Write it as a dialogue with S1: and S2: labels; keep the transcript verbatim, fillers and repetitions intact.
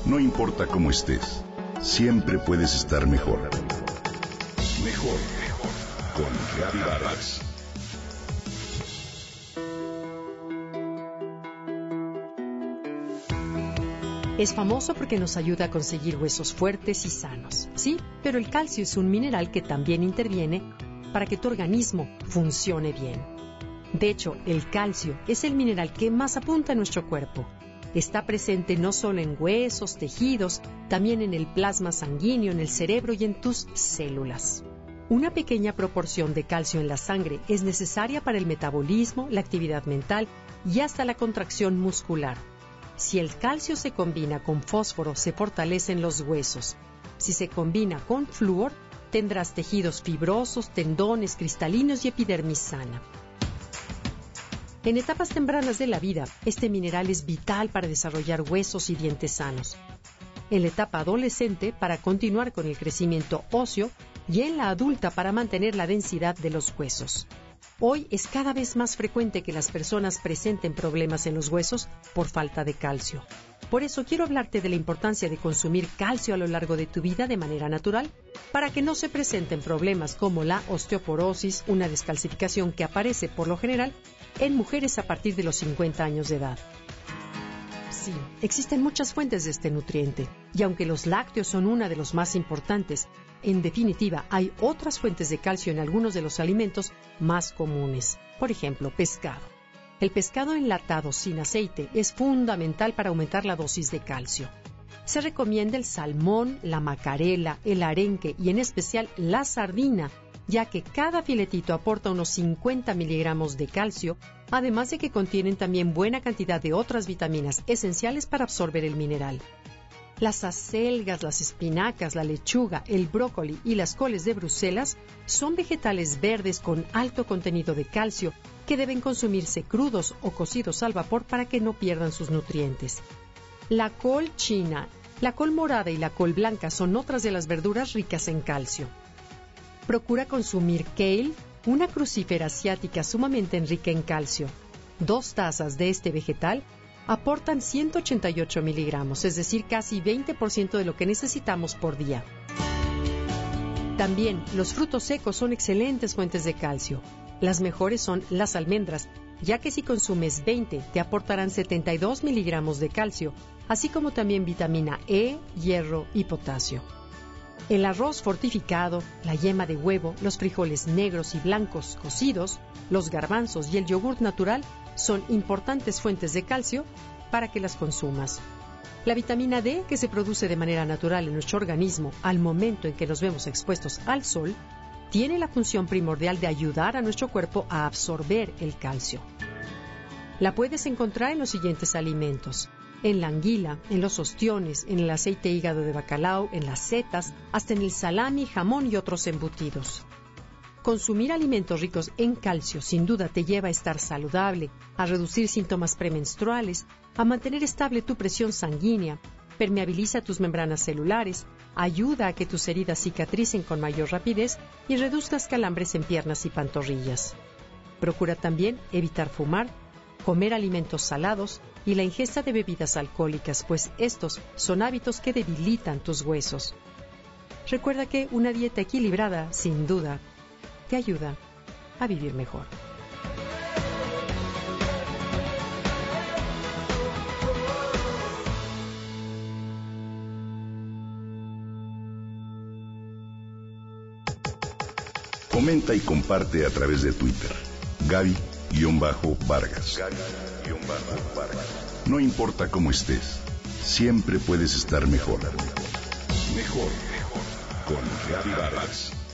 S1: No importa cómo estés, siempre puedes estar mejor. Mejor, mejor. Con Gaby Vargas.
S2: Es famoso porque nos ayuda a conseguir huesos fuertes y sanos, ¿sí? Pero el calcio es un mineral que también interviene para que tu organismo funcione bien. De hecho, el calcio es el mineral que más apunta a nuestro cuerpo. Está presente no solo en huesos, tejidos, también en el plasma sanguíneo, en el cerebro y en tus células. Una pequeña proporción de calcio en la sangre es necesaria para el metabolismo, la actividad mental y hasta la contracción muscular. Si el calcio se combina con fósforo, se fortalecen los huesos. Si se combina con flúor, tendrás tejidos fibrosos, tendones cristalinos y epidermis sana. En etapas tempranas de la vida, este mineral es vital para desarrollar huesos y dientes sanos. En la etapa adolescente, para continuar con el crecimiento óseo, y en la adulta, para mantener la densidad de los huesos. Hoy es cada vez más frecuente que las personas presenten problemas en los huesos por falta de calcio. Por eso quiero hablarte de la importancia de consumir calcio a lo largo de tu vida de manera natural, para que no se presenten problemas como la osteoporosis, una descalcificación que aparece por lo general en mujeres a partir de los cincuenta años de edad. Sí, existen muchas fuentes de este nutriente, y aunque los lácteos son una de los más importantes, en definitiva hay otras fuentes de calcio en algunos de los alimentos más comunes. Por ejemplo, pescado. El pescado enlatado sin aceite es fundamental para aumentar la dosis de calcio. Se recomienda el salmón, la macarela, el arenque y en especial la sardina, ya que cada filetito aporta unos cincuenta miligramos de calcio, además de que contienen también buena cantidad de otras vitaminas esenciales para absorber el mineral. Las acelgas, las espinacas, la lechuga, el brócoli y las coles de Bruselas son vegetales verdes con alto contenido de calcio que deben consumirse crudos o cocidos al vapor para que no pierdan sus nutrientes. La col china, la col morada y la col blanca son otras de las verduras ricas en calcio. Procura consumir kale, una crucífera asiática sumamente rica en calcio. Dos tazas de este vegetal aportan ciento ochenta y ocho miligramos, es decir, casi veinte por ciento de lo que necesitamos por día. También los frutos secos son excelentes fuentes de calcio. Las mejores son las almendras, ya que si consumes veinte te aportarán setenta y dos miligramos de calcio, así como también vitamina E, hierro y potasio. El arroz fortificado, la yema de huevo, los frijoles negros y blancos cocidos, los garbanzos y el yogur natural son importantes fuentes de calcio para que las consumas. La vitamina D, que se produce de manera natural en nuestro organismo al momento en que nos vemos expuestos al sol, tiene la función primordial de ayudar a nuestro cuerpo a absorber el calcio. La puedes encontrar en los siguientes alimentos: en la anguila, en los ostiones, en el aceite hígado de bacalao, en las setas, hasta en el salami, jamón y otros embutidos. Consumir alimentos ricos en calcio sin duda te lleva a estar saludable, a reducir síntomas premenstruales, a mantener estable tu presión sanguínea, permeabiliza tus membranas celulares, ayuda a que tus heridas cicatricen con mayor rapidez y reduzcas calambres en piernas y pantorrillas. Procura también evitar fumar, comer alimentos salados y la ingesta de bebidas alcohólicas, pues estos son hábitos que debilitan tus huesos. Recuerda que una dieta equilibrada, sin duda, te ayuda a vivir mejor.
S1: Comenta y comparte a través de Twitter. Gaby-Vargas. No importa cómo estés, siempre puedes estar mejor. Mejor, mejor. Con Gaby Vargas.